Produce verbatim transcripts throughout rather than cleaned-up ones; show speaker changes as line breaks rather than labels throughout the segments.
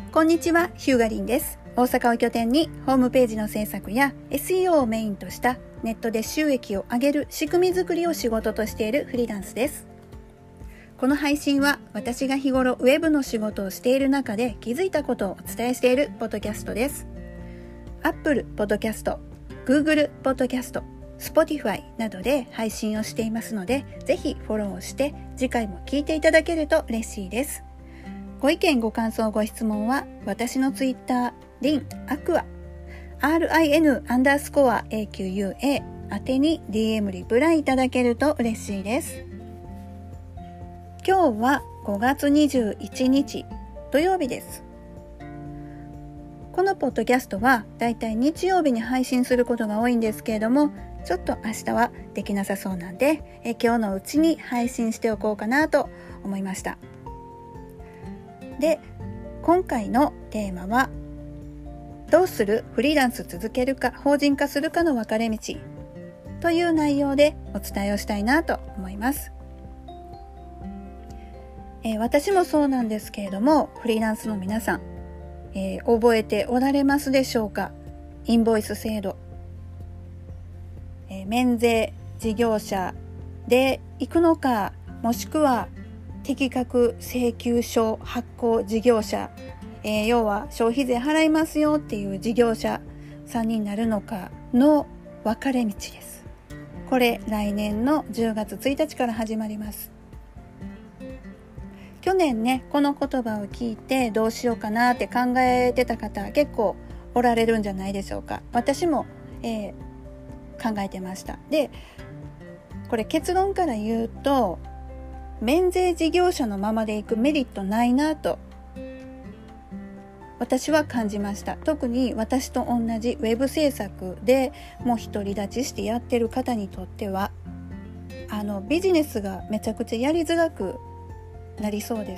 こんにちは、ヒューガリンです。大阪を拠点にホームページの制作や エスイーオー をメインとしたネットで収益を上げる仕組み作りを仕事としているフリーランスです。この配信は私が日頃ウェブの仕事をしている中で気づいたことをお伝えしているポッドキャストです。Apple Podcast、Google Podcast、Spotify などで配信をしていますので、ぜひフォローをして次回も聞いていただけると嬉しいです。ご意見ご感想ご質問は私のツイッターリンアクア アールアイエヌ アンダースコア エーキューユーエー 宛てに ディーエム リプライいただけると嬉しいです。今日はごがつにじゅういちにち土曜日です。このポッドキャストはだいたい日曜日に配信することが多いんですけれども、ちょっと明日はできなさそうなんでえ今日のうちに配信しておこうかなと思いました。で、今回のテーマはどうするフリーランス続けるか法人化するかの分かれ道という内容でお伝えをしたいなと思います。えー、私もそうなんですけれども、フリーランスの皆さん、えー、覚えておられますでしょうか。インボイス制度、えー、免税事業者で行くのか、もしくは適格請求書発行事業者、えー、要は消費税払いますよっていう事業者さんになるのかの分かれ道です。これ来年のじゅうがつついたちから始まります。去年ね、この言葉を聞いてどうしようかなって考えてた方結構おられるんじゃないでしょうか。私も、えー、考えてました。で、これ結論から言うと、免税事業者のままでいくメリットないなと私は感じました。特に私と同じウェブ制作でもう独り立ちしてやってる方にとっては、あのビジネスがめちゃくちゃやりづらくなりそうです。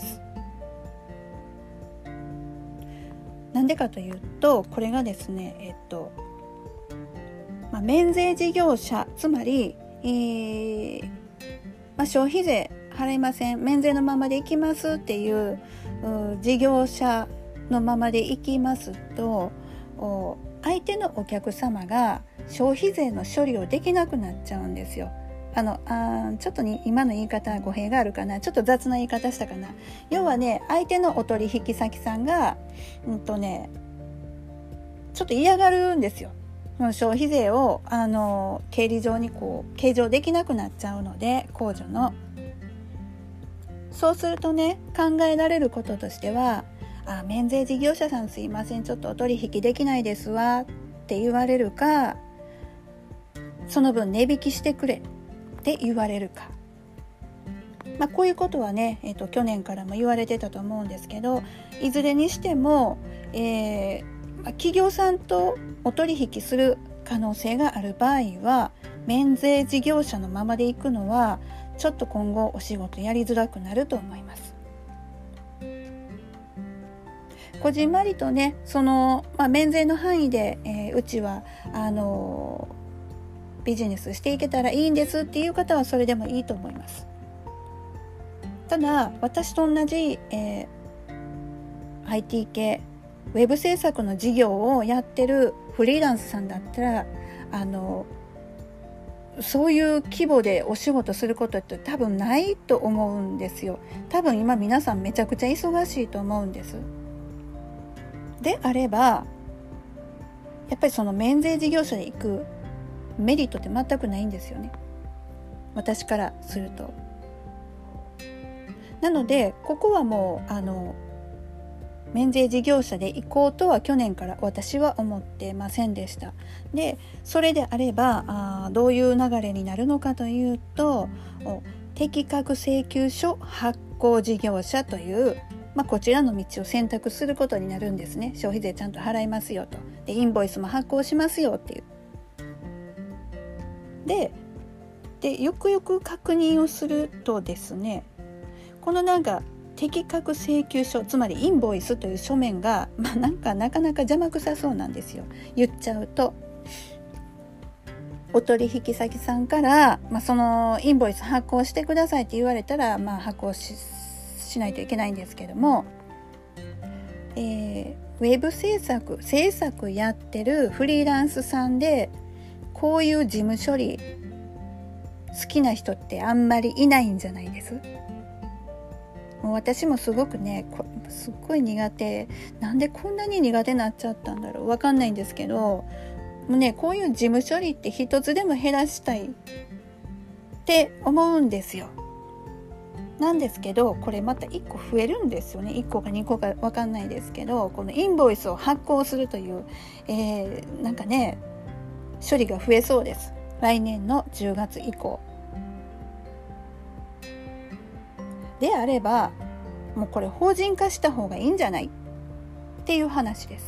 なんでかというと、これがですね、えっと、まあ、免税事業者、つまり、えーまあ、消費税払いません、免税のままで行きますっていう事業者のままで行きますと、相手のお客様が消費税の処理をできなくなっちゃうんですよ。あのあちょっとに今の言い方語弊があるかな、ちょっと雑な言い方したかな。要はね、相手のお取引先さんがうんとねちょっと嫌がるんですよ。消費税をあの経理上にこう計上できなくなっちゃうので、控除のそうするとね、考えられることとしては、あ、免税事業者さんすいません、ちょっとお取引できないですわって言われるか、その分値引きしてくれって言われるか、まあ、こういうことはね、えーと、去年からも言われてたと思うんですけど、いずれにしても、えー、企業さんとお取引する可能性がある場合は、免税事業者のままで行くのはちょっと今後お仕事やりづらくなると思います。こじんまりとね、その、まあ、免税の範囲で、えー、うちはあのー、ビジネスしていけたらいいんですっていう方はそれでもいいと思います。ただ私と同じ、えー、アイティー 系ウェブ制作の事業をやってるフリーランスさんだったら、あのーそういう規模でお仕事することって多分ないと思うんですよ。多分今皆さんめちゃくちゃ忙しいと思うんです。であれば、やっぱりその免税事業者で行くメリットって全くないんですよね、私からすると。なのでここはもうあの免税事業者で行こうとは去年から私は思ってませんでした。で、それであればあどういう流れになるのかというと、適格請求書発行事業者という、まあ、こちらの道を選択することになるんですね。消費税ちゃんと払いますよと。で、インボイスも発行しますよっていう。で、でよくよく確認をするとですね、このなんか適格請求書、つまりインボイスという書面が、まあ、なんかなかなか邪魔くさそうなんですよ。言っちゃうと、お取引先さんから、まあ、そのインボイス発行してくださいって言われたら、まあ、発行 し, しないといけないんですけども、 えー、ウェブ制作制作やってるフリーランスさんでこういう事務処理好きな人ってあんまりいないんじゃないです？もう私もすごくねこすっごい苦手。なんでこんなに苦手になっちゃったんだろう、わかんないんですけど、もうねこういう事務処理って一つでも減らしたいって思うんですよ。なんですけどこれまたいっこ増えるんですよね。いっこかにこかわかんないですけど、このインボイスを発行するという、えー、なんかね処理が増えそうです。来年のじゅうがつ以降であれば、もうこれ法人化した方がいいんじゃないっていう話です。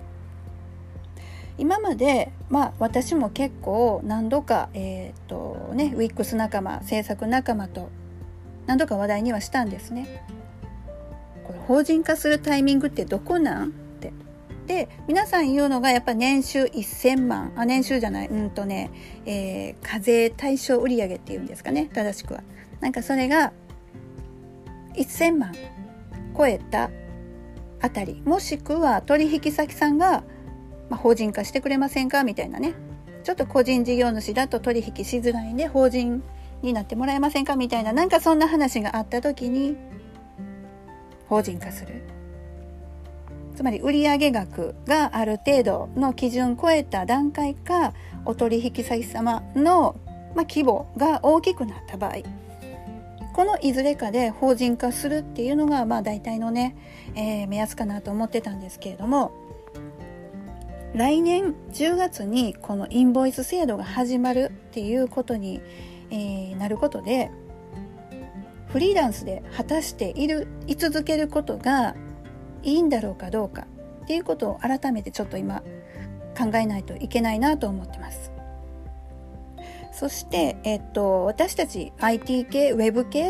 今まで、まあ、私も結構何度か、えーとね、ウィックス 仲間制作仲間と何度か話題にはしたんですね。これ法人化するタイミングってどこなんって。で皆さん言うのがやっぱ年収せんまん、あ年収じゃないうんとね、えー、課税対象売上っていうんですかね、正しくは。なんかそれがせんまん超えたあたり、もしくは取引先さんが、まあ、法人化してくれませんかみたいなね、ちょっと個人事業主だと取引しづらいんで法人になってもらえませんかみたいな、なんかそんな話があった時に法人化する。つまり売上額がある程度の基準超えた段階か、お取引先様の、まあ、規模が大きくなった場合、このいずれかで法人化するっていうのがまあ大体のね、えー、目安かなと思ってたんですけれども、来年じゅうがつにこのインボイス制度が始まるっていうことに、えー、なることで、フリーランスで果たしている居続けることがいいんだろうかどうかっていうことを改めてちょっと今考えないといけないなと思ってます。そして、えっと、私たち アイティー 系、ウェブ系って、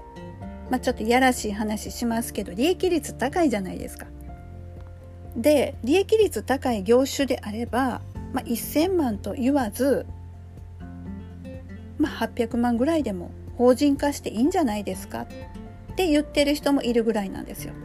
まあ、ちょっとやらしい話しますけど、利益率高いじゃないですか。で、利益率高い業種であれば、まあ、せんまんと言わず、まあ、はっぴゃくまんぐらいでも法人化していいんじゃないですかって言ってる人もいるぐらいなんですよ。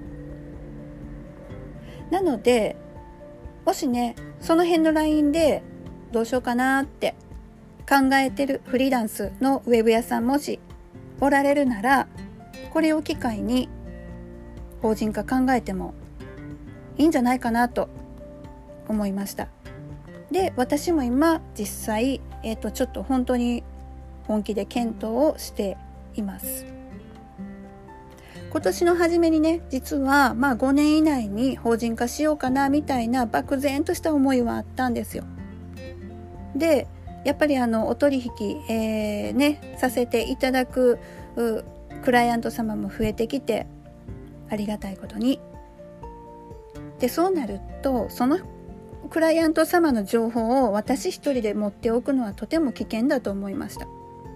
なので、もしね、その辺のラインでどうしようかなって考えてるフリーランスのウェブ屋さんもしおられるなら、これを機会に法人化考えてもいいんじゃないかなと思いました。で、私も今実際、えーと、ちょっと本当に本気で検討をしています。今年の初めにね、実はまあごねん以内に法人化しようかなみたいな漠然とした思いはあったんですよ。で、やっぱりあのお取引、えー、ねさせていただくクライアント様も増えてきて、ありがたいことに。で、そうなるとそのクライアント様の情報を私一人で持っておくのはとても危険だと思いました。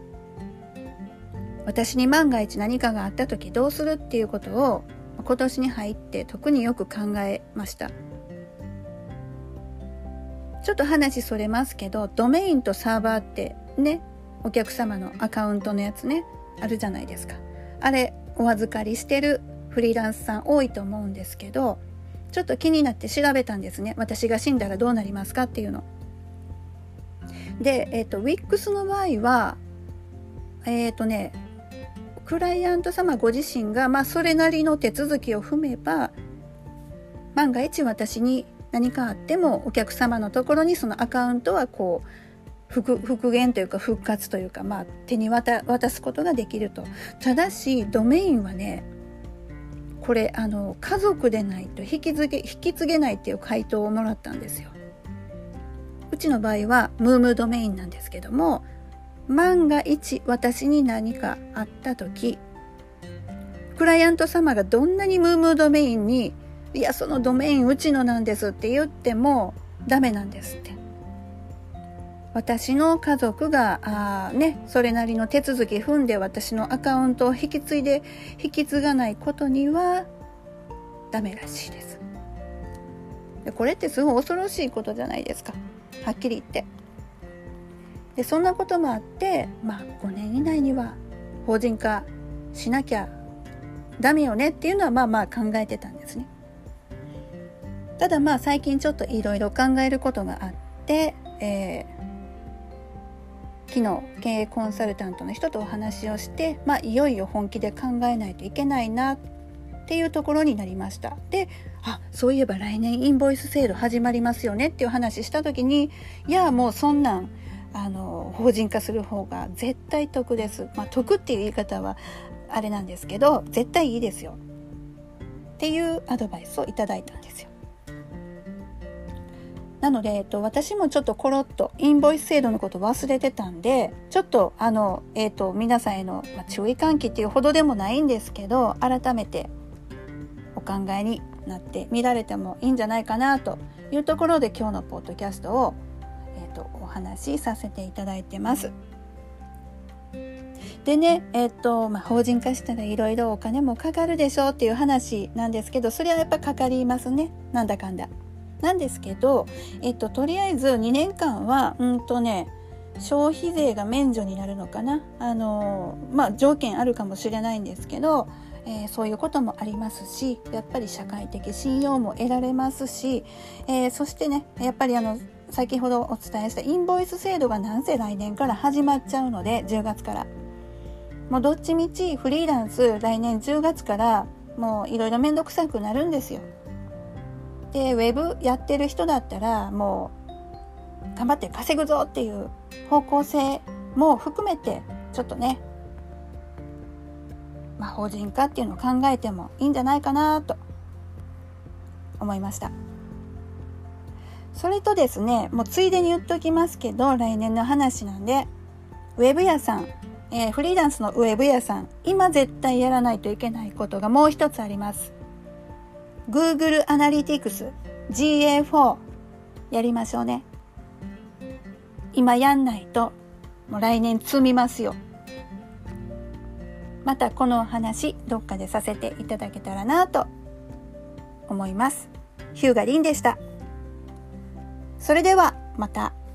私に万が一何かがあった時どうするっていうことを今年に入って特によく考えました。ちょっと話それますけど、ドメインとサーバーってね、お客様のアカウントのやつね、あるじゃないですか。あれお預かりしてるフリーランスさん多いと思うんですけど、ちょっと気になって調べたんですね。私が死んだらどうなりますかっていうので、えっと ウィックス の場合はえっとねクライアント様ご自身が、まあ、それなりの手続きを踏めば、万が一私に何かあってもお客様のところにそのアカウントはこう 復, 復元というか復活というか、まあ、手に 渡, 渡すことができると。ただしドメインはね、これあの家族でないと引き継げ、引き継げないっていう回答をもらったんですよ。うちの場合はムームドメインなんですけども、万が一私に何かあった時、クライアント様がどんなにムームドメインにいやそのドメインうちのなんですって言ってもダメなんですって。私の家族があ、ね、それなりの手続き踏んで私のアカウントを引き継いで引き継がないことにはダメらしいです。でこれってすごい恐ろしいことじゃないですか、はっきり言って。でそんなこともあって、まあ、ごねん以内には法人化しなきゃダメよねっていうのはまあまあ考えてたんですね。 ただまあ最近ちょっといろいろ考えることがあって、えー、昨日経営コンサルタントの人とお話をして、まあ、いよいよ本気で考えないといけないなっていうところになりました。で、あ、そういえば来年インボイス制度始まりますよねっていう話した時に、いやもうそんなんあの法人化する方が絶対得です、まあ、得っていう言い方はあれなんですけど絶対いいですよっていうアドバイスをいただいたんですよ。なので、えっと、私もちょっとコロッとインボイス制度のこと忘れてたんで、ちょっとあの、えっと、皆さんへの、まあ、注意喚起っていうほどでもないんですけど、改めてお考えになってみられてもいいんじゃないかなというところで、今日のポッドキャストを、えっと、お話しさせていただいてます。でね、えっとまあ、法人化したらいろいろお金もかかるでしょうっていう話なんですけど、それはやっぱかかりますね、なんだかんだなんですけど、えっと、とりあえずにねんかんはうんとね消費税が免除になるのかな、あのまあ条件あるかもしれないんですけど、えー、そういうこともありますし、やっぱり社会的信用も得られますし、えー、そしてねやっぱりあの先ほどお伝えしたインボイス制度がなんせ来年から始まっちゃうので、じゅうがつからもうどっちみちフリーランス来年じゅうがつからもういろいろめんどくさくなるんですよ。でウェブやってる人だったらもう頑張って稼ぐぞっていう方向性も含めてちょっとね、まあ、法人化っていうのを考えてもいいんじゃないかなと思いました。それとですね、もうついでに言っときますけど、来年の話なんでウェブ屋さん、えー、フリーランスのウェブ屋さん、今絶対やらないといけないことがもう一つあります。Google アナリティクス ジーエーフォー やりましょうね。今やんないともう来年積みますよ。またこの話どっかでさせていただけたらなと思います。ヒューガリンでした。それではまた。